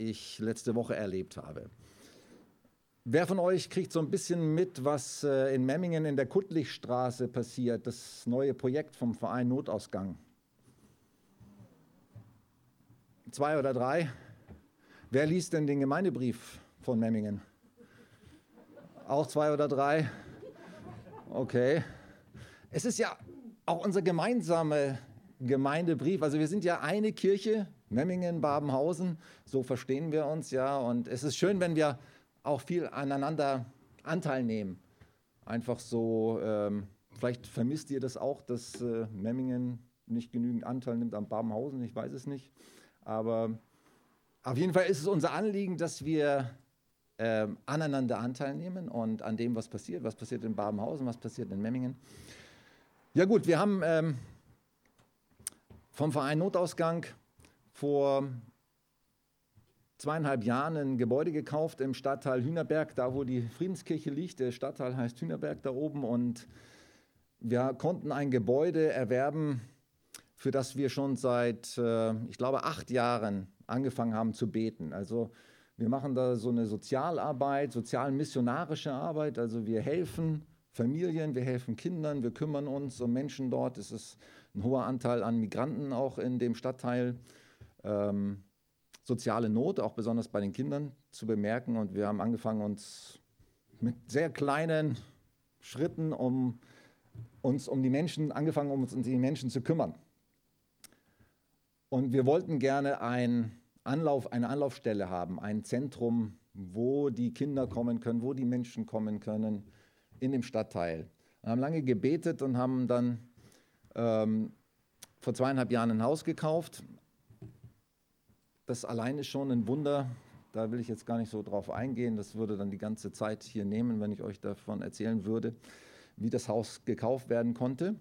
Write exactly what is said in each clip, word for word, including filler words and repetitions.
ich letzte Woche erlebt habe. Wer von euch kriegt so ein bisschen mit, was äh, in Memmingen in der Kuttlichstraße passiert, das neue Projekt vom Verein Notausgang? Zwei oder drei? Wer liest denn den Gemeindebrief von Memmingen? Auch zwei oder drei? Okay. Es ist ja auch unser gemeinsamer Gemeindebrief. Also wir sind ja eine Kirche, Memmingen, Babenhausen, so verstehen wir uns ja. Und es ist schön, wenn wir auch viel aneinander Anteil nehmen. Einfach so, ähm, vielleicht vermisst ihr das auch, dass äh, Memmingen nicht genügend Anteil nimmt am Babenhausen, ich weiß es nicht. Aber auf jeden Fall ist es unser Anliegen, dass wir äh, aneinander Anteil nehmen und an dem, was passiert. Was passiert in Babenhausen, was passiert in Memmingen. Ja gut, wir haben ähm, vom Verein Notausgang vor zweieinhalb Jahren ein Gebäude gekauft im Stadtteil Hühnerberg, da wo die Friedenskirche liegt. Der Stadtteil heißt Hühnerberg da oben und wir konnten ein Gebäude erwerben, für das wir schon seit, äh, ich glaube, acht Jahren angefangen haben zu beten. Also wir machen da so eine Sozialarbeit, sozial-missionarische Arbeit, also wir helfen Familien, wir helfen Kindern, wir kümmern uns um Menschen dort. Es ist ein hoher Anteil an Migranten auch in dem Stadtteil. Ähm, soziale Not, auch besonders bei den Kindern, zu bemerken. Und wir haben angefangen, uns mit sehr kleinen Schritten um uns um die Menschen, angefangen, um uns um die Menschen zu kümmern. Und wir wollten gerne ein Anlauf, eine Anlaufstelle haben, ein Zentrum, wo die Kinder kommen können, wo die Menschen kommen können in dem Stadtteil. Wir haben lange gebetet und haben dann ähm, vor zweieinhalb Jahren ein Haus gekauft. Das allein ist schon ein Wunder, da will ich jetzt gar nicht so drauf eingehen, das würde dann die ganze Zeit hier nehmen, wenn ich euch davon erzählen würde, wie das Haus gekauft werden konnte.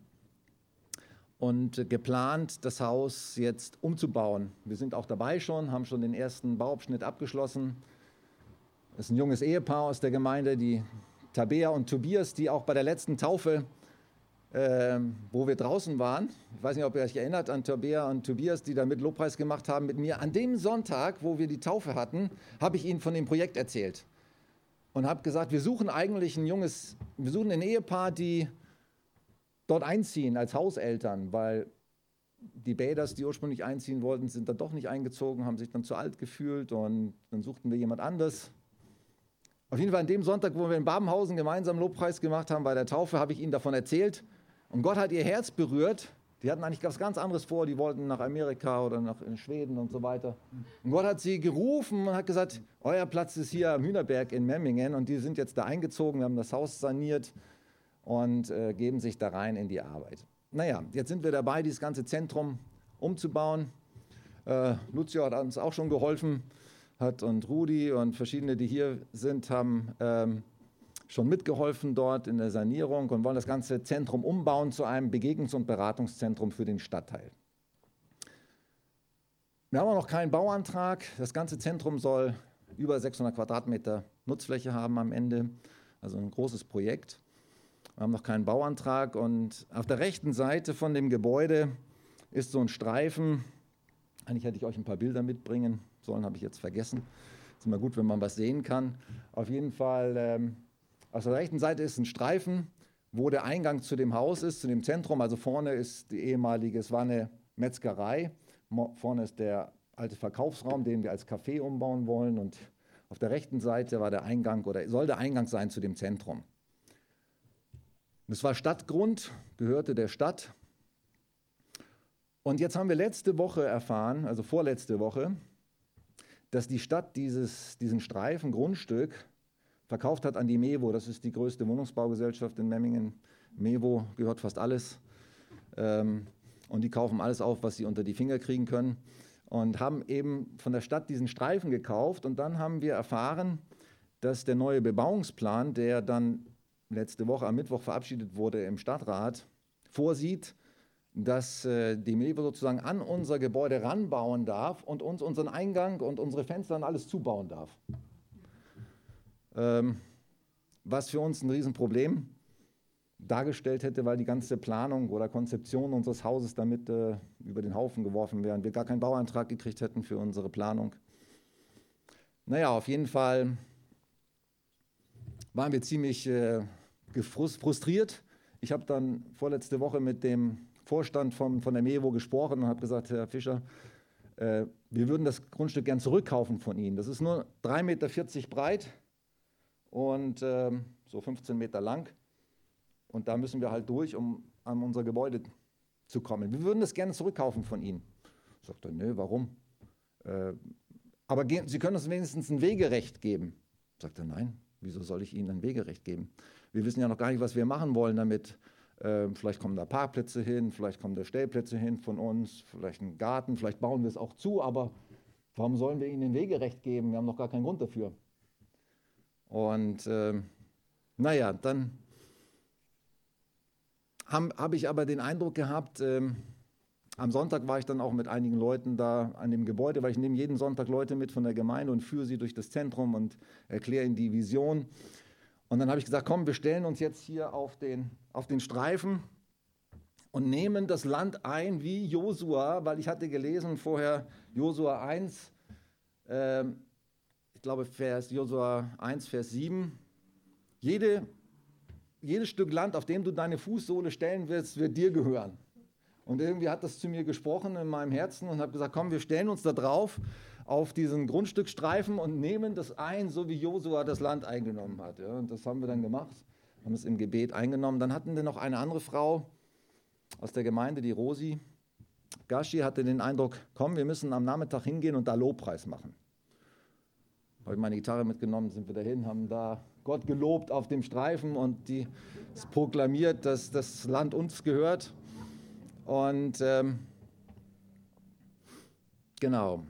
Und geplant, das Haus jetzt umzubauen. Wir sind auch dabei schon, haben schon den ersten Bauabschnitt abgeschlossen. Das ist ein junges Ehepaar aus der Gemeinde, die Tabea und Tobias, die auch bei der letzten Taufe, äh, wo wir draußen waren, ich weiß nicht, ob ihr euch erinnert an Tabea und Tobias, die da mit Lobpreis gemacht haben mit mir. An dem Sonntag, wo wir die Taufe hatten, habe ich ihnen von dem Projekt erzählt und habe gesagt, wir suchen eigentlich ein junges, wir suchen ein Ehepaar, die dort einziehen als Hauseltern, weil die Baders, die ursprünglich einziehen wollten, sind dann doch nicht eingezogen, haben sich dann zu alt gefühlt und dann suchten wir jemand anderes. Auf jeden Fall an dem Sonntag, wo wir in Babenhausen gemeinsam Lobpreis gemacht haben bei der Taufe, habe ich ihnen davon erzählt und Gott hat ihr Herz berührt. Die hatten eigentlich was ganz anderes vor, die wollten nach Amerika oder nach Schweden und so weiter. Und Gott hat sie gerufen und hat gesagt, euer Platz ist hier am Hühnerberg in Memmingen und die sind jetzt da eingezogen, wir haben das Haus saniert und äh, geben sich da rein in die Arbeit. Naja, jetzt sind wir dabei, dieses ganze Zentrum umzubauen. Äh, Lucio hat uns auch schon geholfen, hat und Rudi und verschiedene, die hier sind, haben ähm, schon mitgeholfen dort in der Sanierung und wollen das ganze Zentrum umbauen zu einem Begegnungs- und Beratungszentrum für den Stadtteil. Wir haben auch noch keinen Bauantrag. Das ganze Zentrum soll über sechshundert Quadratmeter Nutzfläche haben am Ende, also ein großes Projekt. Wir haben noch keinen Bauantrag und auf der rechten Seite von dem Gebäude ist so ein Streifen. Eigentlich hätte ich euch ein paar Bilder mitbringen sollen, habe ich jetzt vergessen. Ist immer gut, wenn man was sehen kann. Auf jeden Fall, ähm, auf der rechten Seite ist ein Streifen, wo der Eingang zu dem Haus ist, zu dem Zentrum. Also vorne ist die ehemalige, es war eine Metzgerei. Vorne ist der alte Verkaufsraum, den wir als Café umbauen wollen. Und auf der rechten Seite war der Eingang oder soll der Eingang sein zu dem Zentrum. Das war Stadtgrund, gehörte der Stadt. Und jetzt haben wir letzte Woche erfahren, also vorletzte Woche, dass die Stadt dieses, diesen Streifen Grundstück verkauft hat an die Mevo. Das ist die größte Wohnungsbaugesellschaft in Memmingen. Mevo gehört fast alles. Ähm, und die kaufen alles auf, was sie unter die Finger kriegen können. Und haben eben von der Stadt diesen Streifen gekauft. Und dann haben wir erfahren, dass der neue Bebauungsplan, der dann letzte Woche am Mittwoch verabschiedet wurde im Stadtrat, vorsieht, dass äh, die Mevo sozusagen an unser Gebäude ranbauen darf und uns unseren Eingang und unsere Fenster und alles zubauen darf. Ähm, was für uns ein Riesenproblem dargestellt hätte, weil die ganze Planung oder Konzeption unseres Hauses damit äh, über den Haufen geworfen wäre und wir gar keinen Bauantrag gekriegt hätten für unsere Planung. Naja, auf jeden Fall waren wir ziemlich äh, frustriert. Ich habe dann vorletzte Woche mit dem Vorstand von, von der Mevo gesprochen und habe gesagt, Herr Fischer, äh, wir würden das Grundstück gern zurückkaufen von Ihnen. Das ist nur drei Meter vierzig breit und äh, so fünfzehn Meter lang. Und da müssen wir halt durch, um an unser Gebäude zu kommen. Wir würden das gerne zurückkaufen von Ihnen. Sagt er, nö, warum? Äh, aber gehen, Sie können uns wenigstens ein Wegerecht geben. Sagt er, nein, wieso soll ich Ihnen ein Wegerecht geben? Wir wissen ja noch gar nicht, was wir machen wollen damit. Äh, vielleicht kommen da Parkplätze hin, vielleicht kommen da Stellplätze hin von uns, vielleicht ein Garten, vielleicht bauen wir es auch zu, aber warum sollen wir Ihnen ein Wegerecht geben? Wir haben noch gar keinen Grund dafür. Und äh, naja, dann habe hab ich aber den Eindruck gehabt, äh, am Sonntag war ich dann auch mit einigen Leuten da an dem Gebäude, weil ich nehme jeden Sonntag Leute mit von der Gemeinde und führe sie durch das Zentrum und erkläre ihnen die Vision. Und dann habe ich gesagt, komm, wir stellen uns jetzt hier auf den, auf den Streifen und nehmen das Land ein wie Josua, weil ich hatte gelesen vorher Josua eins, äh, ich glaube Vers, Josua eins, Vers sieben. Jede, jedes Stück Land, auf dem du deine Fußsohle stellen wirst, wird dir gehören. Und irgendwie hat das zu mir gesprochen in meinem Herzen und habe gesagt, komm, wir stellen uns da drauf auf diesen Grundstückstreifen und nehmen das ein, so wie Josua das Land eingenommen hat. Ja, und das haben wir dann gemacht, haben es im Gebet eingenommen. Dann hatten wir noch eine andere Frau aus der Gemeinde, die Rosi Gashi, hatte den Eindruck, komm, wir müssen am Nachmittag hingehen und da Lobpreis machen. Habe ich meine Gitarre mitgenommen, sind wir dahin, haben da Gott gelobt auf dem Streifen und die es proklamiert, dass das Land uns gehört. Und ähm, genau.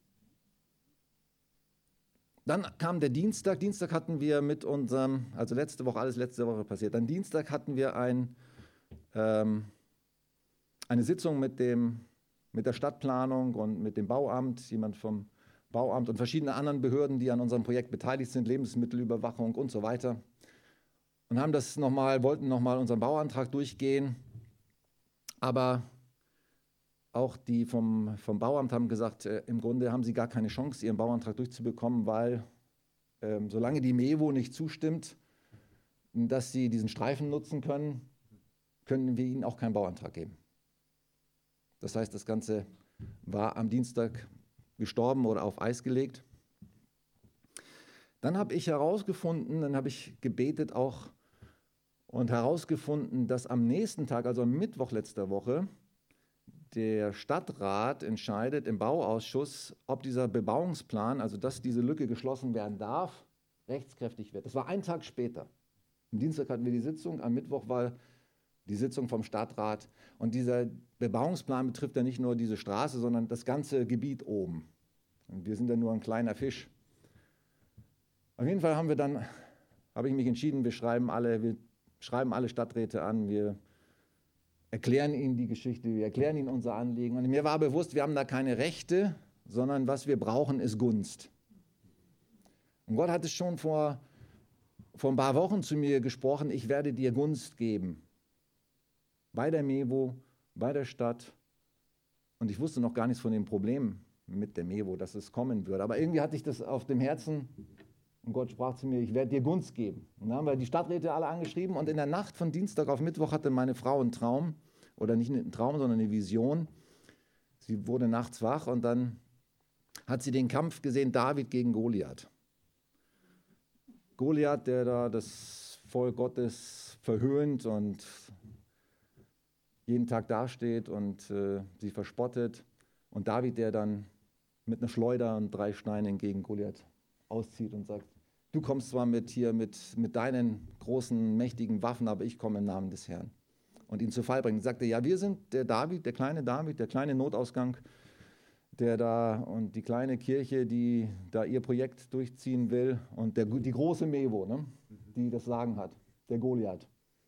Dann kam der Dienstag. Dienstag hatten wir mit unserem, also letzte Woche, alles letzte Woche passiert. Dann Dienstag hatten wir ein, ähm, eine Sitzung mit, dem, mit der Stadtplanung und mit dem Bauamt, jemand vom Bauamt und verschiedene anderen Behörden, die an unserem Projekt beteiligt sind, Lebensmittelüberwachung und so weiter. Und haben das noch mal, wollten nochmal unseren Bauantrag durchgehen. Aber auch die vom, vom Bauamt haben gesagt, äh, im Grunde haben sie gar keine Chance, ihren Bauantrag durchzubekommen, weil äh, solange die Mevo nicht zustimmt, dass sie diesen Streifen nutzen können, können wir ihnen auch keinen Bauantrag geben. Das heißt, das Ganze war am Dienstag gestorben oder auf Eis gelegt. Dann habe ich herausgefunden, dann habe ich gebetet auch und herausgefunden, dass am nächsten Tag, also am Mittwoch letzter Woche, der Stadtrat entscheidet im Bauausschuss, ob dieser Bebauungsplan, also dass diese Lücke geschlossen werden darf, rechtskräftig wird. Das war ein Tag später. Am Dienstag hatten wir die Sitzung, am Mittwoch war die Sitzung vom Stadtrat. Und dieser Bebauungsplan betrifft ja nicht nur diese Straße, sondern das ganze Gebiet oben. Und wir sind ja nur ein kleiner Fisch. Auf jeden Fall haben wir dann, habe ich mich entschieden, wir schreiben alle, wir schreiben alle Stadträte an, wir erklären ihnen die Geschichte, wir erklären ihnen unser Anliegen. Und mir war bewusst, wir haben da keine Rechte, sondern was wir brauchen, ist Gunst. Und Gott hat es schon vor, vor ein paar Wochen zu mir gesprochen, ich werde dir Gunst geben. Bei der Mevo, bei der Stadt. Und ich wusste noch gar nichts von dem Problem mit der Mevo, dass es kommen würde. Aber irgendwie hatte ich das auf dem Herzen und Gott sprach zu mir, ich werde dir Gunst geben. Und dann haben wir die Stadträte alle angeschrieben und in der Nacht von Dienstag auf Mittwoch hatte meine Frau einen Traum, oder nicht einen Traum, sondern eine Vision. Sie wurde nachts wach und dann hat sie den Kampf gesehen, David gegen Goliath. Goliath, der da das Volk Gottes verhöhnt und jeden Tag dasteht und äh, sie verspottet. Und David, der dann mit einer Schleuder und drei Steinen gegen Goliath auszieht und sagt, du kommst zwar mit hier mit, mit deinen großen, mächtigen Waffen, aber ich komme im Namen des Herrn. Und ihn zu Fall bringen. Und sagte, ja, wir sind der David, der kleine David, der kleine Notausgang, der da und die kleine Kirche, die da ihr Projekt durchziehen will und der, die große Mevo, ne, die das Sagen hat, der Goliath.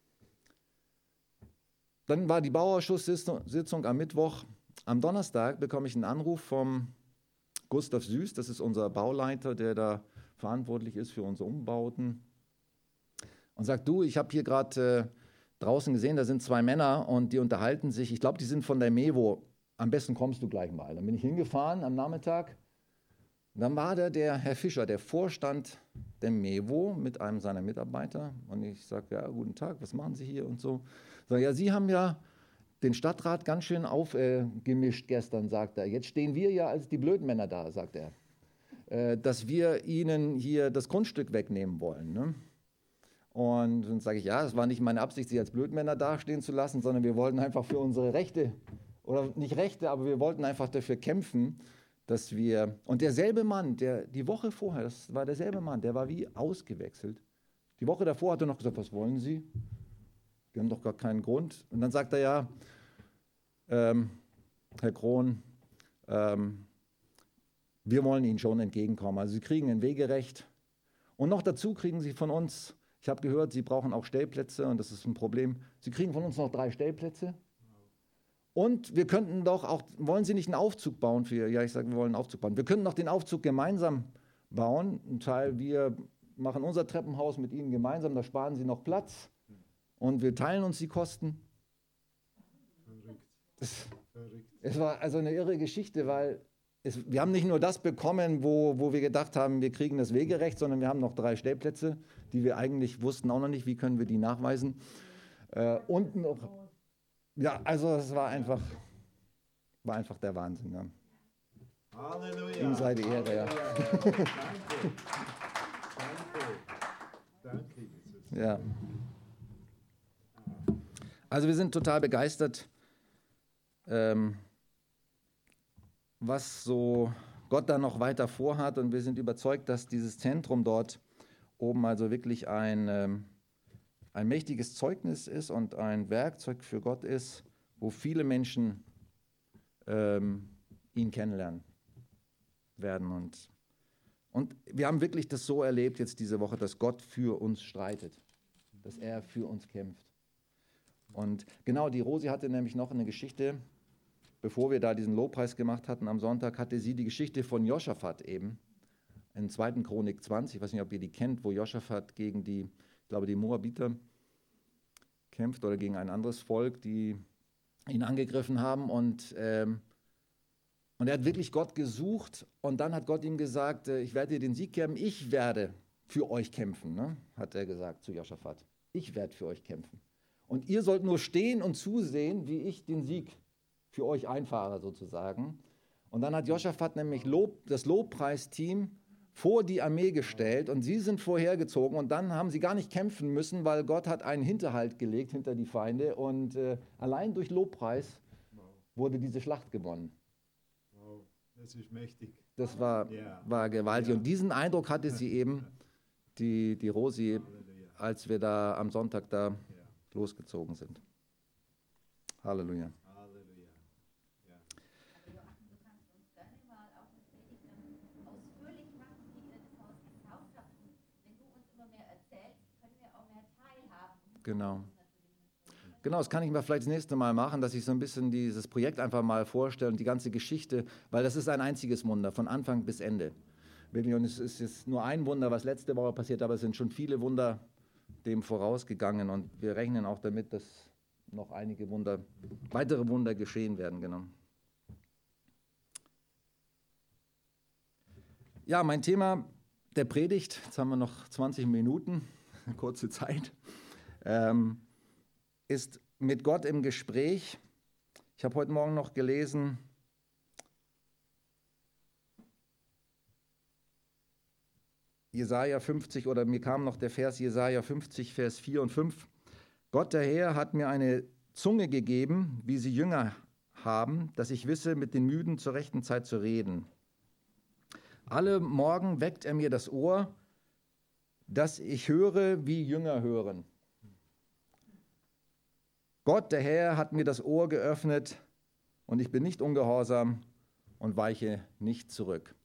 Dann war die Bauausschusssitzung am Mittwoch. Am Donnerstag bekomme ich einen Anruf vom Gustav Süß, das ist unser Bauleiter, der da verantwortlich ist für unsere Umbauten. Und sagt, du, ich habe hier gerade äh, draußen gesehen, da sind zwei Männer und die unterhalten sich. Ich glaube, die sind von der Mevo. Am besten kommst du gleich mal. Dann bin ich hingefahren am Nachmittag Und dann war da der Herr Fischer, der Vorstand der MEWO mit einem seiner Mitarbeiter. Und ich sage, ja, guten Tag, was machen Sie hier und so. Sag, ja, Sie haben ja den Stadtrat ganz schön aufgemischt äh, gestern, sagt er. Jetzt stehen wir ja als die blöden Männer da, sagt er. Äh, dass wir Ihnen hier das Grundstück wegnehmen wollen. Ne? Und dann sage ich, ja, es war nicht meine Absicht, Sie als Blödmänner dastehen zu lassen, sondern wir wollten einfach für unsere Rechte, oder nicht Rechte, aber wir wollten einfach dafür kämpfen, dass wir, und derselbe Mann, der die Woche vorher, das war derselbe Mann, der war wie ausgewechselt. Die Woche davor hat er noch gesagt, was wollen Sie? Wir haben doch gar keinen Grund. Und dann sagt er, ja, ähm, Herr Krohn, ähm, wir wollen Ihnen schon entgegenkommen. Also Sie kriegen ein Wegerecht. Und noch dazu kriegen Sie von uns, ich habe gehört, Sie brauchen auch Stellplätze und das ist ein Problem. Sie kriegen von uns noch drei Stellplätze. Und wir könnten doch auch, wollen Sie nicht einen Aufzug bauen für, ja, ich sage, wir wollen einen Aufzug bauen. Wir könnten doch den Aufzug gemeinsam bauen. Ein Teil, wir machen unser Treppenhaus mit Ihnen gemeinsam, da sparen Sie noch Platz. Und wir teilen uns die Kosten. Das, es war also eine irre Geschichte, weil es, wir haben nicht nur das bekommen, wo, wo wir gedacht haben, wir kriegen das Wegerecht, sondern wir haben noch drei Stellplätze, die wir eigentlich wussten auch noch nicht, wie können wir die nachweisen. Äh, und noch, ja, also es war einfach, war einfach der Wahnsinn. Ja. Halleluja. Ihm sei die Ehre, ja. Danke. Danke. Danke, Jesus. Ja. Also wir sind total begeistert, ähm, was so Gott da noch weiter vorhat, und wir sind überzeugt, dass dieses Zentrum dort oben also wirklich ein, ähm, ein mächtiges Zeugnis ist und ein Werkzeug für Gott ist, wo viele Menschen ähm, ihn kennenlernen werden. Und, und wir haben wirklich das so erlebt jetzt diese Woche, dass Gott für uns streitet, dass er für uns kämpft. Und genau, die Rosi hatte nämlich noch eine Geschichte, bevor wir da diesen Lobpreis gemacht hatten am Sonntag, hatte sie die Geschichte von Joschafat eben, in zweiten Chronik zwanzig, ich weiß nicht, ob ihr die kennt, wo Joschafat gegen die, ich glaube, die Moabiter kämpft oder gegen ein anderes Volk, die ihn angegriffen haben. Und, ähm, und er hat wirklich Gott gesucht, und dann hat Gott ihm gesagt, äh, ich werde dir den Sieg geben, ich werde für euch kämpfen, ne? Hat er gesagt zu Joschafat. Ich werde für euch kämpfen. Und ihr sollt nur stehen und zusehen, wie ich den Sieg für euch einfahre sozusagen. Und dann hat Joschafat nämlich Lob, das Lobpreisteam vor die Armee gestellt, und sie sind vorhergezogen, und dann haben sie gar nicht kämpfen müssen, weil Gott hat einen Hinterhalt gelegt hinter die Feinde, und äh, allein durch Lobpreis wurde diese Schlacht gewonnen. Wow, das ist mächtig. Das war, Ja. war gewaltig. Ja. Und diesen Eindruck hatte sie eben, die, die Rosi, Halleluja. als wir da am Sonntag da Ja. losgezogen sind. Halleluja. Halleluja. Ja. Also Joachim, du kannst uns gerne mal auch eine Predigt dann ausführlich machen, wie ihr das Haus gekauft habt. Und wenn du uns immer mehr erzählst, können wir auch mehr teilhaben. Genau. Genau, das kann ich mir vielleicht das nächste Mal machen, dass ich so ein bisschen dieses Projekt einfach mal vorstelle und die ganze Geschichte, weil das ist ein einziges Wunder, von Anfang bis Ende. Wirklich, und es ist jetzt nur ein Wunder, was letzte Woche passiert, aber es sind schon viele Wunder dem vorausgegangen, und wir rechnen auch damit, dass noch einige Wunder, weitere Wunder geschehen werden. Genau. Ja, mein Thema der Predigt, jetzt haben wir noch zwanzig Minuten, kurze Zeit, ähm, ist mit Gott im Gespräch. Ich habe heute Morgen noch gelesen, Jesaja fünfzig, oder mir kam noch der Vers Jesaja fünfzig, Vers vier und fünf. Gott der Herr hat mir eine Zunge gegeben, wie sie Jünger haben, dass ich wisse, mit den Müden zur rechten Zeit zu reden. Alle Morgen weckt er mir das Ohr, dass ich höre, wie Jünger hören. Gott, der Herr, hat mir das Ohr geöffnet, und ich bin nicht ungehorsam und weiche nicht zurück.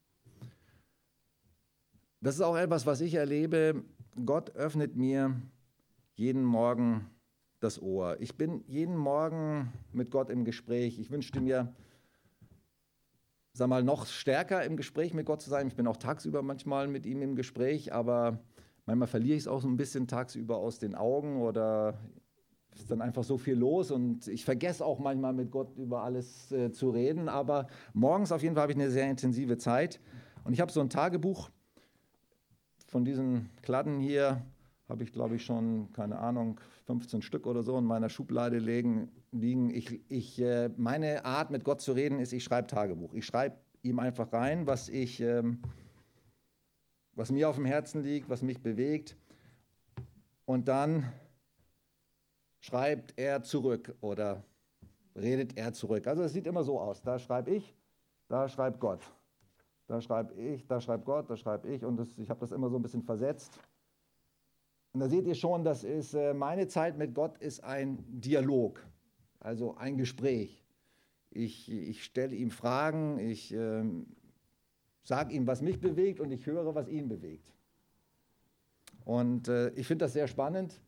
Das ist auch etwas, was ich erlebe. Gott öffnet mir jeden Morgen das Ohr. Ich bin jeden Morgen mit Gott im Gespräch. Ich wünschte mir, sag mal, noch stärker im Gespräch mit Gott zu sein. Ich bin auch tagsüber manchmal mit ihm im Gespräch, aber manchmal verliere ich es auch so ein bisschen tagsüber aus den Augen, oder ist dann einfach so viel los, und ich vergesse auch manchmal mit Gott über alles äh, zu reden, aber morgens auf jeden Fall habe ich eine sehr intensive Zeit. Und ich habe so ein Tagebuch von diesen Kladden hier, habe ich glaube ich schon, keine Ahnung, fünfzehn Stück oder so in meiner Schublade liegen. Ich, ich, meine Art mit Gott zu reden ist, ich schreibe Tagebuch. Ich schreibe ihm einfach rein, was, ich, was mir auf dem Herzen liegt, was mich bewegt. Und dann schreibt er zurück oder redet er zurück. Also es sieht immer so aus, da schreibe ich, da schreibt Gott. Da schreibe ich, da schreibt Gott, da schreibe ich und das, ich habe das immer so ein bisschen versetzt. Und da seht ihr schon, das ist, meine Zeit mit Gott ist ein Dialog, also ein Gespräch. Ich, ich stelle ihm Fragen, ich äh, sage ihm, was mich bewegt und ich höre, was ihn bewegt. Und äh, ich finde das sehr spannend,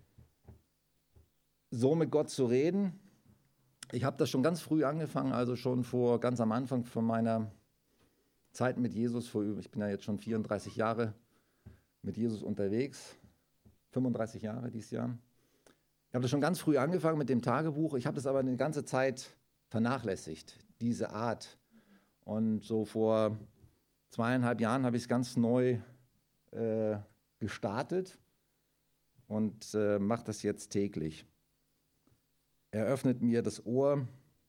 so mit Gott zu reden. Ich habe das schon ganz früh angefangen, also schon vor ganz am Anfang von meiner Zeit mit Jesus, vor, ich bin ja jetzt schon vierunddreißig Jahre mit Jesus unterwegs, fünfunddreißig Jahre dieses Jahr. Ich habe das schon ganz früh angefangen mit dem Tagebuch, ich habe das aber eine ganze Zeit vernachlässigt, diese Art. Und so vor zweieinhalb Jahren habe ich es ganz neu äh, gestartet und äh, mache das jetzt täglich. Er öffnet mir das Ohr.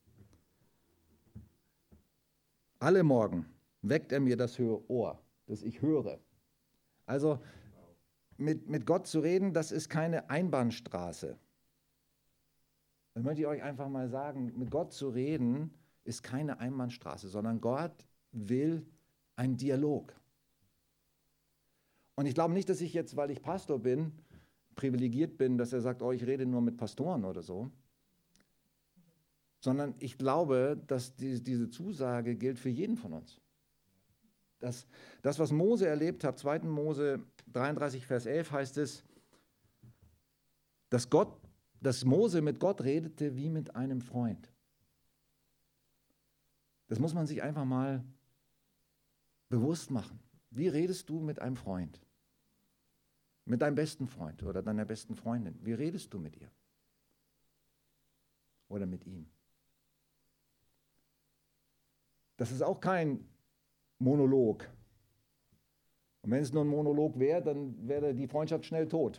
Alle Morgen weckt er mir das Ohr, das ich höre. Also mit, mit Gott zu reden, das ist keine Einbahnstraße. Das möchte ich euch einfach mal sagen, mit Gott zu reden ist keine Einbahnstraße, sondern Gott will einen Dialog. Und ich glaube nicht, dass ich jetzt, weil ich Pastor bin, privilegiert bin, dass er sagt, oh, ich rede nur mit Pastoren oder so, sondern ich glaube, dass die, diese Zusage gilt für jeden von uns. Das, das, was Mose erlebt hat, zweiter Mose dreiunddreißig, Vers elf heißt es, dass, Gott, dass Mose mit Gott redete wie mit einem Freund. Das muss man sich einfach mal bewusst machen. Wie redest du mit einem Freund? Mit deinem besten Freund oder deiner besten Freundin? Wie redest du mit ihr? Oder mit ihm? Das ist auch kein Monolog. Und wenn es nur ein Monolog wäre, dann wäre die Freundschaft schnell tot.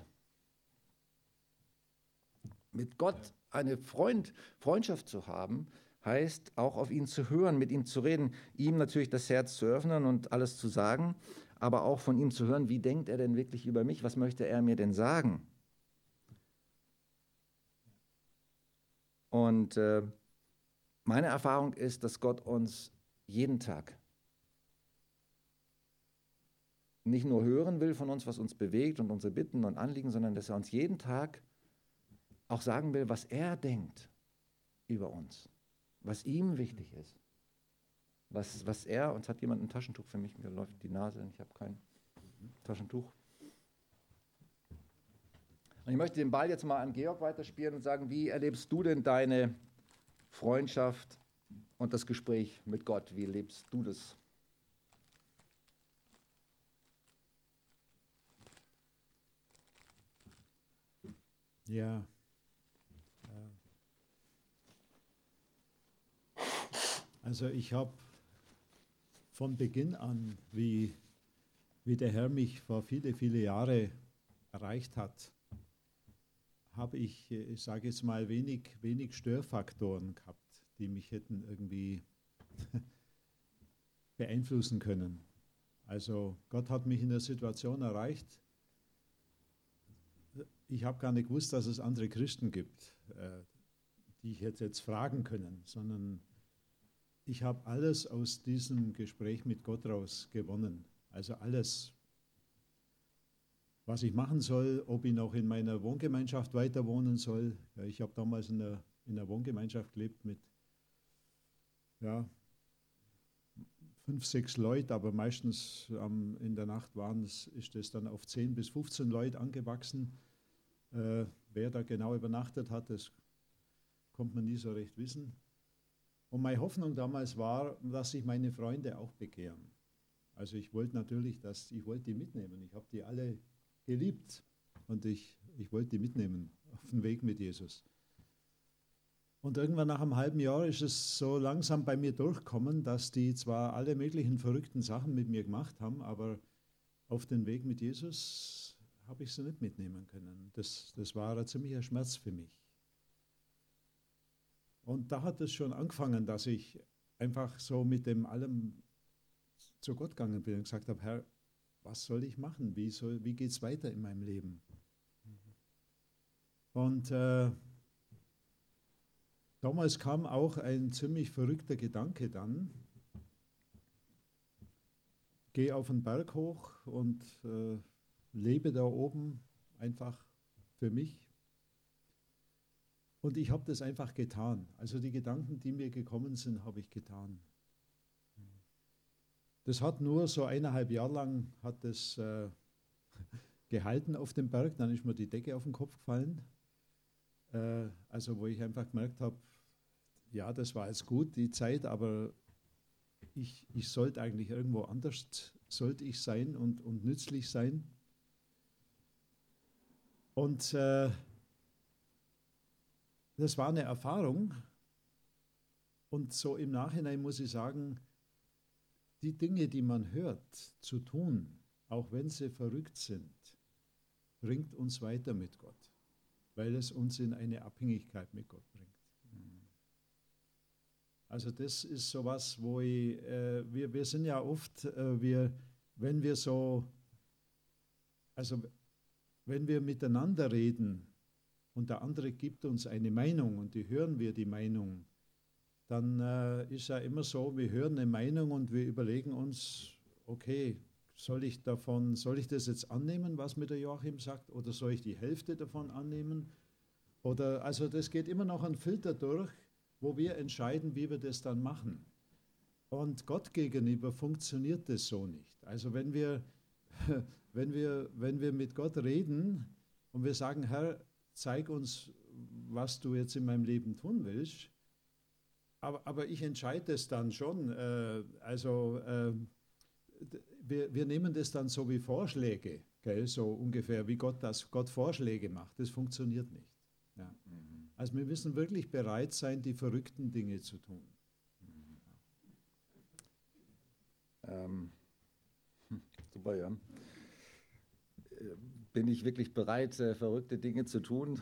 Mit Gott eine Freund, Freundschaft zu haben, heißt auch auf ihn zu hören, mit ihm zu reden, ihm natürlich das Herz zu öffnen und alles zu sagen, aber auch von ihm zu hören, wie denkt er denn wirklich über mich, was möchte er mir denn sagen? Und äh, meine Erfahrung ist, dass Gott uns jeden Tag nicht nur hören will von uns, was uns bewegt und unsere Bitten und Anliegen, sondern dass er uns jeden Tag auch sagen will, was er denkt über uns, was ihm wichtig ist, was, was er, uns hat jemand ein Taschentuch für mich, mir läuft die Nase, ich habe kein Taschentuch. Und ich möchte den Ball jetzt mal an Georg weiterspielen und sagen, wie erlebst du denn deine Freundschaft und das Gespräch mit Gott? Wie erlebst du das? Ja. Also ich habe von Beginn an, wie, wie der Herr mich vor viele, viele Jahre erreicht hat, habe ich, ich sage jetzt mal, wenig, wenig Störfaktoren gehabt, die mich hätten irgendwie beeinflussen können. Also Gott hat mich in der Situation erreicht, ich habe gar nicht gewusst, dass es andere Christen gibt, äh, die ich hätte jetzt fragen können, sondern ich habe alles aus diesem Gespräch mit Gott raus gewonnen. Also alles, was ich machen soll, ob ich noch in meiner Wohngemeinschaft weiter wohnen soll. Ja, ich habe damals in einer, in einer Wohngemeinschaft gelebt mit ja, fünf, sechs Leuten, aber meistens ähm, in der Nacht waren es, ist es dann auf zehn bis fünfzehn Leute angewachsen. Äh, wer da genau übernachtet hat, das konnte man nie so recht wissen. Und meine Hoffnung damals war, dass sich meine Freunde auch bekehren. Also ich wollte natürlich, dass, ich wollte die mitnehmen. Ich habe die alle geliebt und ich, ich wollte die mitnehmen auf den Weg mit Jesus. Und irgendwann nach einem halben Jahr ist es so langsam bei mir durchgekommen, dass die zwar alle möglichen verrückten Sachen mit mir gemacht haben, aber auf den Weg mit Jesus habe ich sie nicht mitnehmen können. Das, das war ein ziemlicher Schmerz für mich. Und da hat es schon angefangen, dass ich einfach so mit dem allem zu Gott gegangen bin und gesagt habe, Herr, was soll ich machen? Wie, soll, wie geht es weiter in meinem Leben? Und äh, damals kam auch ein ziemlich verrückter Gedanke dann. Gehe auf den Berg hoch und äh, lebe da oben einfach für mich. Und ich habe das einfach getan. Also die Gedanken, die mir gekommen sind, habe ich getan. Das hat nur so eineinhalb Jahre lang hat das, äh, gehalten auf dem Berg. Dann ist mir die Decke auf den Kopf gefallen. Äh, also wo ich einfach gemerkt habe, ja, das war jetzt gut, die Zeit, aber ich, ich sollte eigentlich irgendwo anders sollte ich sein und, und nützlich sein. Und äh, das war eine Erfahrung. Und so im Nachhinein muss ich sagen, die Dinge, die man hört, zu tun, auch wenn sie verrückt sind, bringt uns weiter mit Gott, weil es uns in eine Abhängigkeit mit Gott bringt. Also das ist sowas, wo ich, äh, wir, wir sind ja oft, äh, wir, wenn wir so, also wenn wir miteinander reden und der andere gibt uns eine Meinung und die hören wir die Meinung, dann äh, ist ja immer so, wir hören eine Meinung und wir überlegen uns, okay, soll ich davon, soll ich das jetzt annehmen, was mir der Joachim sagt, oder soll ich die Hälfte davon annehmen? Oder, also das geht immer noch ein Filter durch, wo wir entscheiden, wie wir das dann machen. Und Gott gegenüber funktioniert das so nicht. Also wenn wir, wenn wir, wenn wir mit Gott reden und wir sagen, Herr, zeig uns, was du jetzt in meinem Leben tun willst, aber, aber ich entscheide das dann schon. Äh, also äh, wir, wir nehmen das dann so wie Vorschläge, gell? So ungefähr, wie Gott das, Gott Vorschläge macht. Das funktioniert nicht. Ja. Mhm. Also wir müssen wirklich bereit sein, die verrückten Dinge zu tun. Mhm. Ähm, super, ja. Bin ich wirklich bereit, äh, verrückte Dinge zu tun?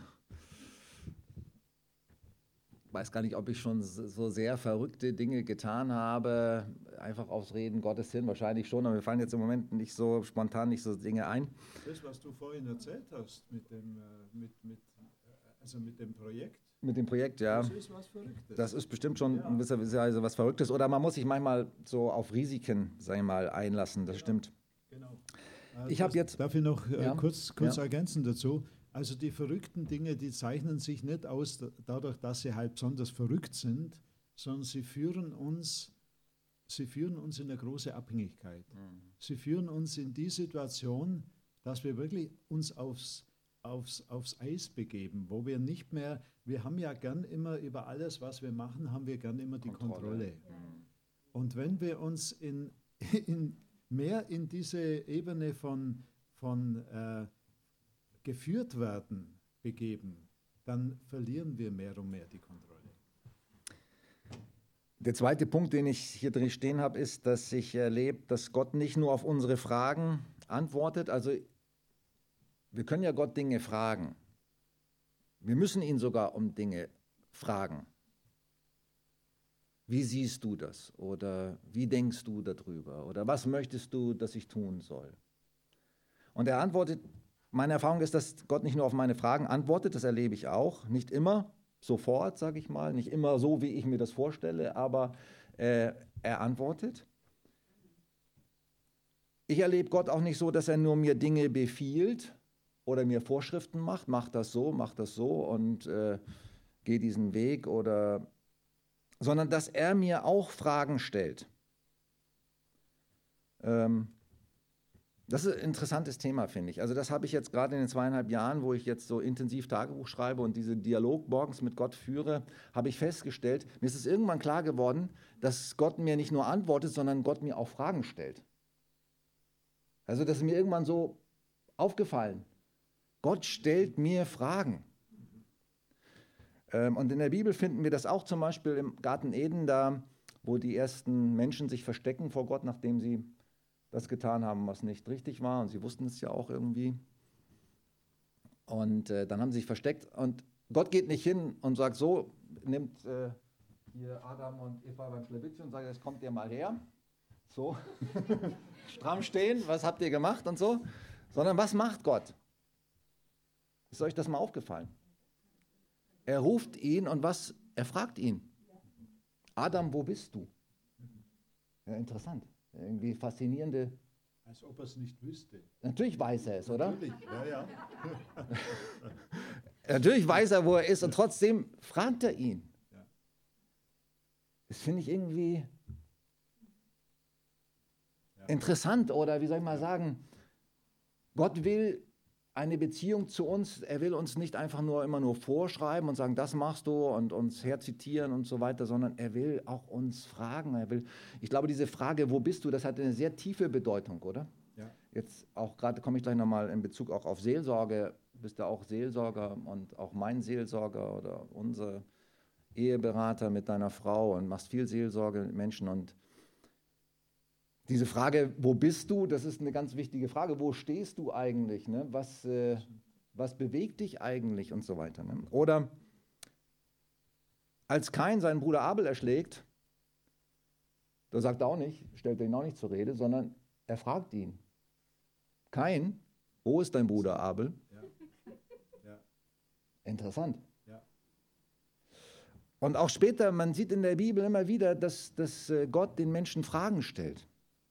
Ich weiß gar nicht, ob ich schon so sehr verrückte Dinge getan habe, einfach aufs Reden Gottes hin, wahrscheinlich schon, aber mir fallen jetzt im Moment nicht so spontan nicht so Dinge ein. Das, was du vorhin erzählt hast mit dem, mit, mit, also mit dem Projekt. Mit dem Projekt, ja. Das ist was Verrücktes. Das ist bestimmt schon ja. ein bisschen also was Verrücktes. Oder man muss sich manchmal so auf Risiken, sag ich mal, einlassen, das genau. stimmt. Genau. Ich habe jetzt... Darf ich noch äh, ja. kurz, kurz ja. ergänzen dazu? Also die verrückten Dinge, die zeichnen sich nicht aus dadurch, dass sie halt besonders verrückt sind, sondern sie führen uns, sie führen uns in eine große Abhängigkeit. Mhm. Sie führen uns in die Situation, dass wir wirklich uns aufs, aufs, aufs Eis begeben, wo wir nicht mehr, wir haben ja gern immer über alles, was wir machen, haben wir gern immer die Kontrolle. Kontrolle. Mhm. Und wenn wir uns in, in, mehr in diese Ebene von, von äh, geführt werden, begeben, dann verlieren wir mehr und mehr die Kontrolle. Der zweite Punkt, den ich hier drin stehen habe, ist, dass ich erlebe, dass Gott nicht nur auf unsere Fragen antwortet. Also wir können ja Gott Dinge fragen. Wir müssen ihn sogar um Dinge fragen. Wie siehst du das? Oder wie denkst du darüber? Oder was möchtest du, dass ich tun soll? Und er antwortet. Meine Erfahrung ist, dass Gott nicht nur auf meine Fragen antwortet, das erlebe ich auch, nicht immer sofort, sage ich mal, nicht immer so, wie ich mir das vorstelle, aber äh, er antwortet. Ich erlebe Gott auch nicht so, dass er nur mir Dinge befiehlt oder mir Vorschriften macht, mach das so, mach das so und äh, geh diesen Weg, oder, sondern dass er mir auch Fragen stellt. Ähm, Das ist ein interessantes Thema, finde ich. Also das habe ich jetzt gerade in den zweieinhalb Jahren, wo ich jetzt so intensiv Tagebuch schreibe und diesen Dialog morgens mit Gott führe, habe ich festgestellt, mir ist es irgendwann klar geworden, dass Gott mir nicht nur antwortet, sondern Gott mir auch Fragen stellt. Also das ist mir irgendwann so aufgefallen. Gott stellt mir Fragen. Ähm, und in der Bibel finden wir das auch zum Beispiel im Garten Eden, da wo die ersten Menschen sich verstecken vor Gott, nachdem sie das getan haben, was nicht richtig war. Und sie wussten es ja auch irgendwie. Und äh, dann haben sie sich versteckt. Und Gott geht nicht hin und sagt so, nimmt äh, hier Adam und Eva beim Schlawittchen und sagt, jetzt kommt ihr mal her. So, stramm stehen, was habt ihr gemacht und so. Sondern was macht Gott? Ist euch das mal aufgefallen? Er ruft ihn und was? Er fragt ihn. Adam, wo bist du? Ja, interessant. Irgendwie faszinierende. Als ob er es nicht wüsste. Natürlich weiß er es, oder? Natürlich, ja, ja. Natürlich weiß er, wo er ist und trotzdem fragt er ihn. Ja. Das finde ich irgendwie Ja. interessant oder wie soll ich mal sagen, Gott will eine Beziehung zu uns, er will uns nicht einfach nur immer nur vorschreiben und sagen, das machst du und uns herzitieren und so weiter, sondern er will auch uns fragen. Er will, ich glaube, diese Frage, wo bist du, das hat eine sehr tiefe Bedeutung, oder? Ja. Jetzt auch gerade komme ich gleich nochmal in Bezug auch auf Seelsorge, bist du auch Seelsorger und auch mein Seelsorger oder unser Eheberater mit deiner Frau und machst viel Seelsorge mit Menschen und diese Frage, wo bist du, das ist eine ganz wichtige Frage. Wo stehst du eigentlich? Ne? Was, äh, was bewegt dich eigentlich und so weiter. Ne? Oder als Kain seinen Bruder Abel erschlägt, da sagt er auch nicht, stellt er ihn auch nicht zur Rede, sondern er fragt ihn. Kain, wo ist dein Bruder Abel? Ja. Ja. Interessant. Ja. Und auch später, man sieht in der Bibel immer wieder, dass, dass Gott den Menschen Fragen stellt.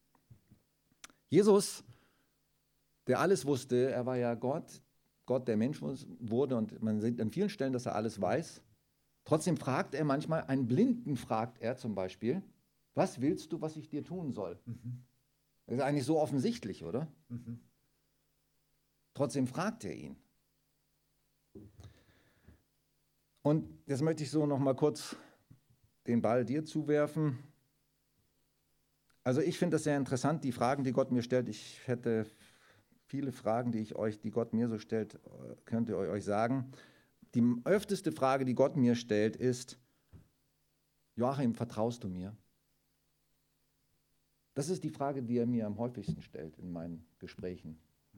Jesus, der alles wusste, er war ja Gott, Gott, der Mensch wurde und man sieht an vielen Stellen, dass er alles weiß. Trotzdem fragt er manchmal, einen Blinden fragt er zum Beispiel, was willst du, was ich dir tun soll? Mhm. Das ist eigentlich so offensichtlich, oder? Mhm. Trotzdem fragt er ihn. Und jetzt möchte ich so noch mal kurz den Ball dir zuwerfen. Also ich finde das sehr interessant, die Fragen, die Gott mir stellt. Ich hätte viele Fragen, die ich euch, die Gott mir so stellt, könnt ihr euch sagen. Die öfteste Frage, die Gott mir stellt, ist: Joachim, vertraust du mir? Das ist die Frage, die er mir am häufigsten stellt in meinen Gesprächen.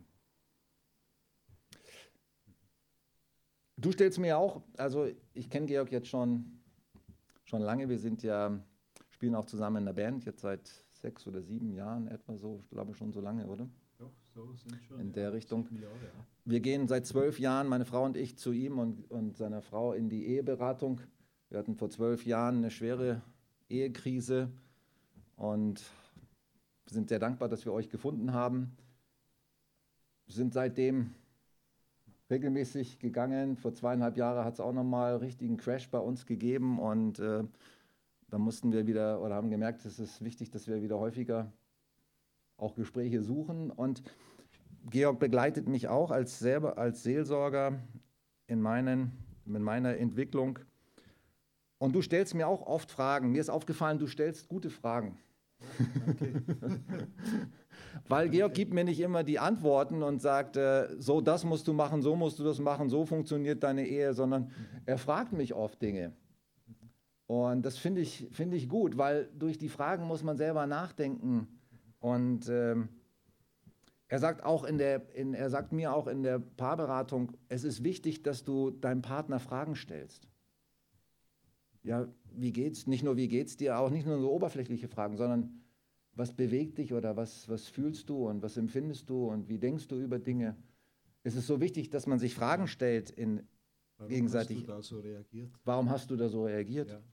Du stellst mir auch, also ich kenne Georg jetzt schon, schon lange, wir sind ja, spielen auch zusammen in der Band, jetzt seit sechs oder sieben Jahren etwa so, ich glaube schon so lange, oder? Doch, so sind schon. In ja, der Richtung. sieben Jahre, ja. Wir gehen seit zwölf Jahren, meine Frau und ich, zu ihm und, und seiner Frau in die Eheberatung. Wir hatten vor zwölf Jahren eine schwere Ehekrise und sind sehr dankbar, dass wir euch gefunden haben. Wir sind seitdem regelmäßig gegangen. Vor zweieinhalb Jahren hat es auch nochmal einen richtigen Crash bei uns gegeben und äh, da mussten wir wieder oder haben gemerkt, es ist wichtig, dass wir wieder häufiger auch Gespräche suchen. Und Georg begleitet mich auch als, selber, als Seelsorger in, meinen, in meiner Entwicklung. Und du stellst mir auch oft Fragen. Mir ist aufgefallen, du stellst gute Fragen. Okay. Weil Georg gibt mir nicht immer die Antworten und sagt, äh, so das musst du machen, so musst du das machen, so funktioniert deine Ehe, sondern er fragt mich oft Dinge. Und das finde ich, finde ich gut, weil durch die Fragen muss man selber nachdenken. Und ähm, er sagt auch in der, in, er sagt mir auch in der Paarberatung, es ist wichtig, dass du deinem Partner Fragen stellst. Ja, wie geht's? Nicht nur wie geht's dir, auch nicht nur so oberflächliche Fragen, sondern was bewegt dich oder was, was fühlst du und was empfindest du und wie denkst du über Dinge? Es ist so wichtig, dass man sich Fragen stellt in Warum gegenseitig. hast du da so reagiert? Warum hast du da so reagiert? Ja.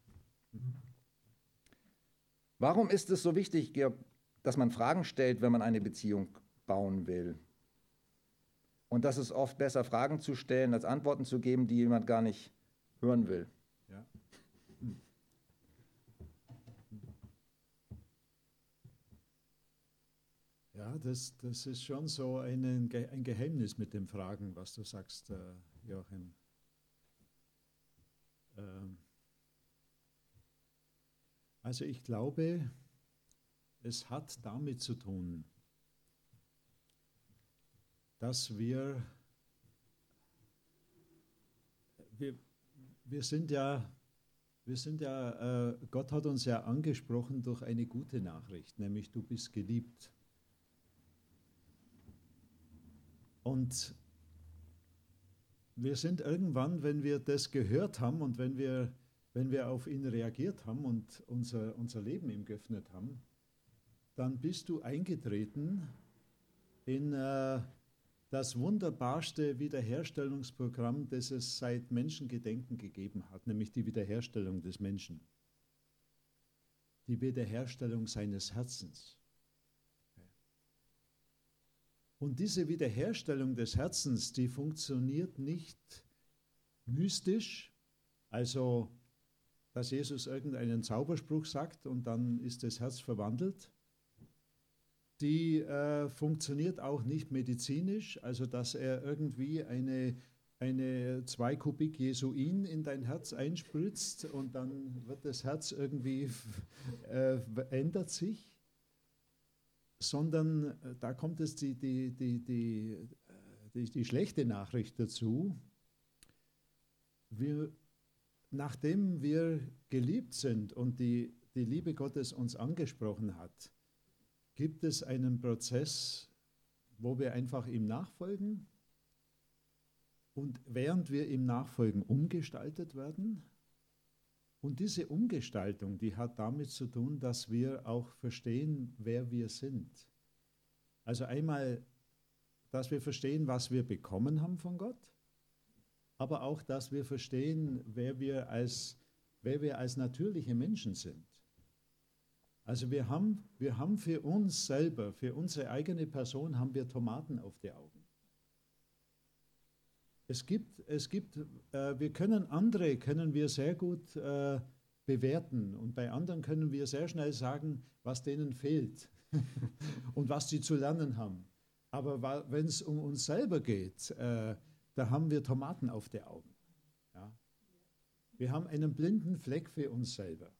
Warum ist es so wichtig, Georg, dass man Fragen stellt, wenn man eine Beziehung bauen will? Und das ist oft besser, Fragen zu stellen, als Antworten zu geben, die jemand gar nicht hören will. Ja. Ja, das, das ist schon so ein, ein Geheimnis mit den Fragen, was du sagst, äh, Joachim. Ähm, also ich glaube, es hat damit zu tun, dass wir, wir, wir sind ja, wir sind ja äh, Gott hat uns ja angesprochen durch eine gute Nachricht, nämlich du bist geliebt. Und wir sind irgendwann, wenn wir das gehört haben und wenn wir, wenn wir auf ihn reagiert haben und unser, unser Leben ihm geöffnet haben, dann bist du eingetreten in äh, das wunderbarste Wiederherstellungsprogramm, das es seit Menschengedenken gegeben hat, nämlich die Wiederherstellung des Menschen. Die Wiederherstellung seines Herzens. Und diese Wiederherstellung des Herzens, die funktioniert nicht mystisch, also dass Jesus irgendeinen Zauberspruch sagt und dann ist das Herz verwandelt. Die äh, funktioniert auch nicht medizinisch, also dass er irgendwie eine, eine zwei Kubik Jesuin in dein Herz einspritzt und dann wird das Herz irgendwie, äh, ändert sich, sondern äh, da kommt es die, die, die, die, die, die schlechte Nachricht dazu. Wir, nachdem wir geliebt sind und die, die Liebe Gottes uns angesprochen hat, gibt es einen Prozess, wo wir einfach ihm nachfolgen und während wir ihm nachfolgen, umgestaltet werden. Und diese Umgestaltung, die hat damit zu tun, dass wir auch verstehen, wer wir sind. Also einmal, dass wir verstehen, was wir bekommen haben von Gott, aber auch, dass wir verstehen, wer wir als, wer wir als natürliche Menschen sind. Also wir haben, wir haben für uns selber, für unsere eigene Person, haben wir Tomaten auf die Augen. Es gibt, es gibt äh, wir können andere, können wir sehr gut äh, bewerten und bei anderen können wir sehr schnell sagen, was denen fehlt und was sie zu lernen haben. Aber wenn es um uns selber geht, äh, da haben wir Tomaten auf die Augen. Ja? Wir haben einen blinden Fleck für uns selber.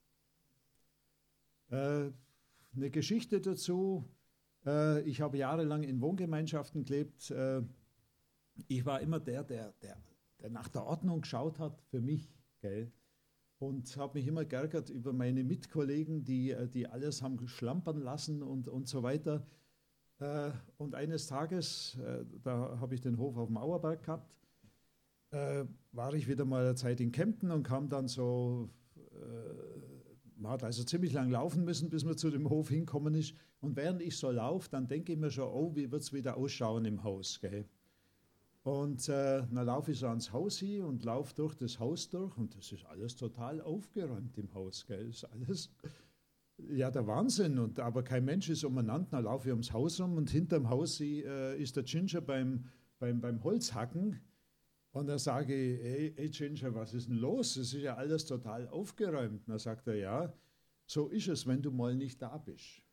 Äh, eine Geschichte dazu, äh, ich habe jahrelang in Wohngemeinschaften gelebt. Äh, ich war immer der, der, der, der nach der Ordnung geschaut hat für mich. Gell? Und habe mich immer geärgert über meine Mitkollegen, die, die alles haben schlampern lassen und, und so weiter. Äh, und eines Tages, äh, da habe ich den Hof auf dem Auerberg gehabt, äh, war ich wieder mal eine Zeit in Kempten und kam dann so... Äh, Man hat also ziemlich lang laufen müssen, bis man zu dem Hof hinkommen ist. Und während ich so laufe, dann denke ich mir schon, oh, wie wird es wieder ausschauen im Haus. Gell? Und äh, dann laufe ich so ans Haus hin und laufe durch das Haus durch. Und das ist alles total aufgeräumt im Haus. Gell? Das ist alles, ja, der Wahnsinn. Und, aber kein Mensch ist umeinander. Dann laufe ich ums Haus rum und hinterm Haus äh, ist der Ginger beim, beim, beim Holzhacken. Und dann sage ich, hey, hey Ginger, was ist denn los? Es ist ja alles total aufgeräumt. Und dann sagt er, ja, so ist es, wenn du mal nicht da bist.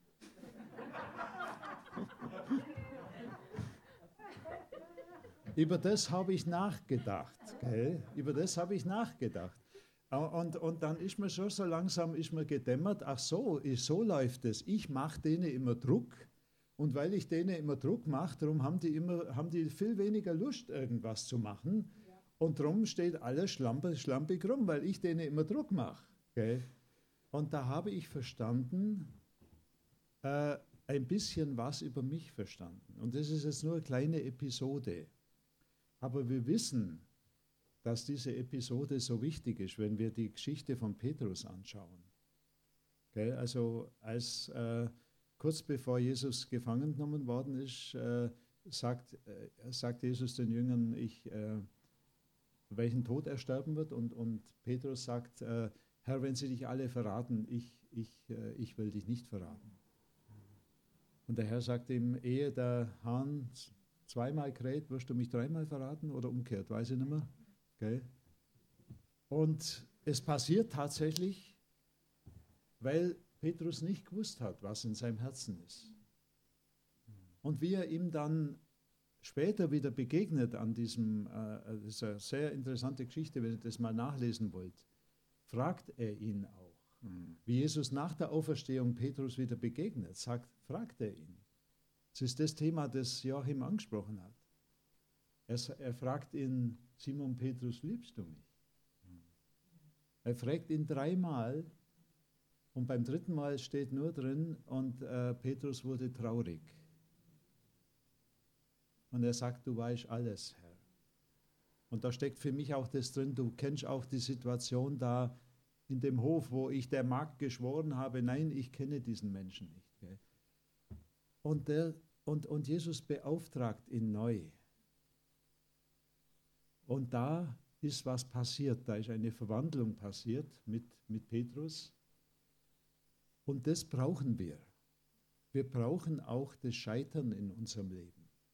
Über das habe ich nachgedacht. Gell? Über das habe ich nachgedacht. Und, und dann ist mir schon so langsam ist mir gedämmert, ach so, so läuft es. Ich mache denen immer Druck. Und weil ich denen immer Druck mache, darum haben die, immer, haben die viel weniger Lust, irgendwas zu machen. Ja. Und darum steht alles schlampig, schlampig rum, weil ich denen immer Druck mache. Okay? Und da habe ich verstanden, äh, ein bisschen was über mich verstanden. Und das ist jetzt nur eine kleine Episode. Aber wir wissen, dass diese Episode so wichtig ist, wenn wir die Geschichte von Petrus anschauen. Okay? Also als... Äh, Kurz bevor Jesus gefangen genommen worden ist, äh, sagt, äh, sagt Jesus den Jüngern, ich, äh, welchen Tod er sterben wird. Und, und Petrus sagt, äh, Herr, wenn sie dich alle verraten, ich, ich, äh, ich will dich nicht verraten. Und der Herr sagt ihm, ehe der Hahn zweimal kräht, wirst du mich dreimal verraten oder umgekehrt, weiß ich nicht mehr. Okay. Und es passiert tatsächlich, weil Petrus nicht gewusst hat, was in seinem Herzen ist. Und wie er ihm dann später wieder begegnet an diesem, äh, das ist eine sehr interessante Geschichte, wenn ihr das mal nachlesen wollt, fragt er ihn auch. Mhm. Wie Jesus nach der Auferstehung Petrus wieder begegnet, sagt, fragt er ihn. Das ist das Thema, das Joachim angesprochen hat. Er, er fragt ihn, Simon Petrus, liebst du mich? Mhm. Er fragt ihn dreimal und beim dritten Mal steht nur drin, und äh, Petrus wurde traurig. Und er sagt, du weißt alles, Herr. Und da steckt für mich auch das drin, du kennst auch die Situation da in dem Hof, wo ich der Magd geschworen habe, nein, ich kenne diesen Menschen nicht. Gell? Und, der, und, und Jesus beauftragt ihn neu. Und da ist was passiert, da ist eine Verwandlung passiert mit, mit Petrus. Und das brauchen wir. Wir brauchen auch das Scheitern in unserem Leben.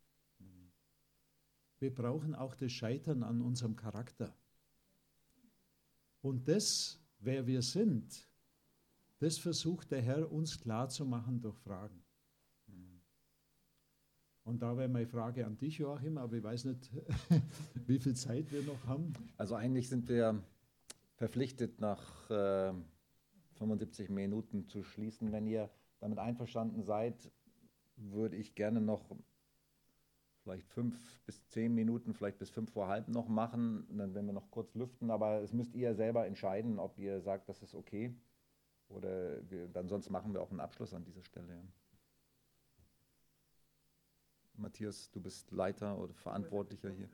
Wir brauchen auch das Scheitern an unserem Charakter. Und das, wer wir sind, das versucht der Herr uns klarzumachen durch Fragen. Und da wäre meine Frage an dich, Joachim, aber ich weiß nicht, wie viel Zeit wir noch haben. Also eigentlich sind wir verpflichtet, nach äh, fünfundsiebzig Minuten zu schließen. Wenn ihr damit einverstanden seid, würde ich gerne noch vielleicht fünf bis zehn Minuten, vielleicht bis fünf vor halb noch machen. Und dann werden wir noch kurz lüften, aber es müsst ihr selber entscheiden, ob ihr sagt, das ist okay. Oder wir, dann sonst machen wir auch einen Abschluss an dieser Stelle. Matthias, du bist Leiter oder Verantwortlicher hier.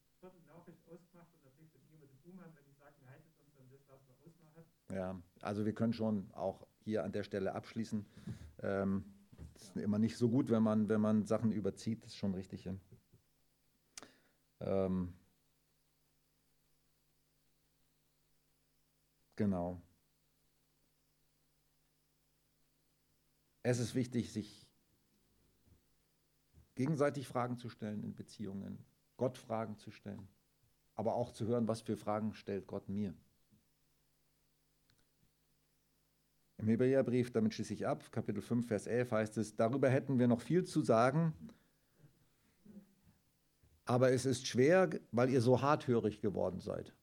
Ja, also wir können schon auch hier an der Stelle abschließen. Ähm, das ist immer nicht so gut, wenn man, wenn man Sachen überzieht, das ist schon richtig. Ja. Ähm, genau. Es ist wichtig, sich gegenseitig Fragen zu stellen in Beziehungen, Gott Fragen zu stellen, aber auch zu hören, was für Fragen stellt Gott mir. Im Hebräerbrief, damit schließe ich ab, Kapitel fünf, Vers elf heißt es, darüber hätten wir noch viel zu sagen, aber es ist schwer, weil ihr so harthörig geworden seid.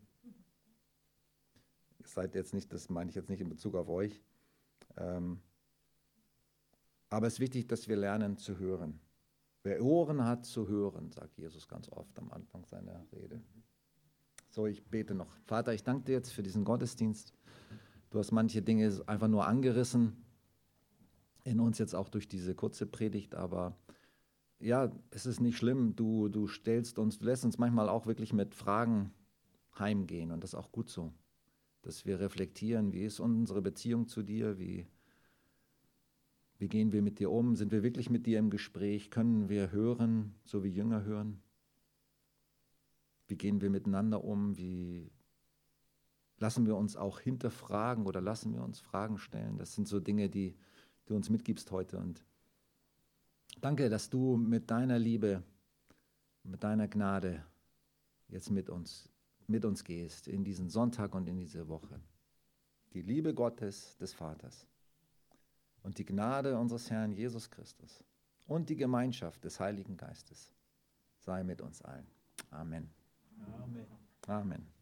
Ihr seid jetzt nicht, das meine ich jetzt nicht in Bezug auf euch, ähm, aber es ist wichtig, dass wir lernen zu hören. Wer Ohren hat zu hören, sagt Jesus ganz oft am Anfang seiner Rede. So, ich bete noch. Vater, ich danke dir jetzt für diesen Gottesdienst. Du hast manche Dinge einfach nur angerissen, in uns jetzt auch durch diese kurze Predigt, aber ja, es ist nicht schlimm. Du, du stellst uns, du lässt uns manchmal auch wirklich mit Fragen heimgehen und das ist auch gut so, dass wir reflektieren, wie ist unsere Beziehung zu dir, wie Wie gehen wir mit dir um? Sind wir wirklich mit dir im Gespräch? Können wir hören, so wie Jünger hören? Wie gehen wir miteinander um? Wie lassen wir uns auch hinterfragen oder lassen wir uns Fragen stellen? Das sind so Dinge, die du uns mitgibst heute. Und danke, dass du mit deiner Liebe, mit deiner Gnade jetzt mit uns, mit uns gehst in diesen Sonntag und in diese Woche. Die Liebe Gottes, des Vaters. Und die Gnade unseres Herrn Jesus Christus und die Gemeinschaft des Heiligen Geistes sei mit uns allen. Amen. Amen. Amen.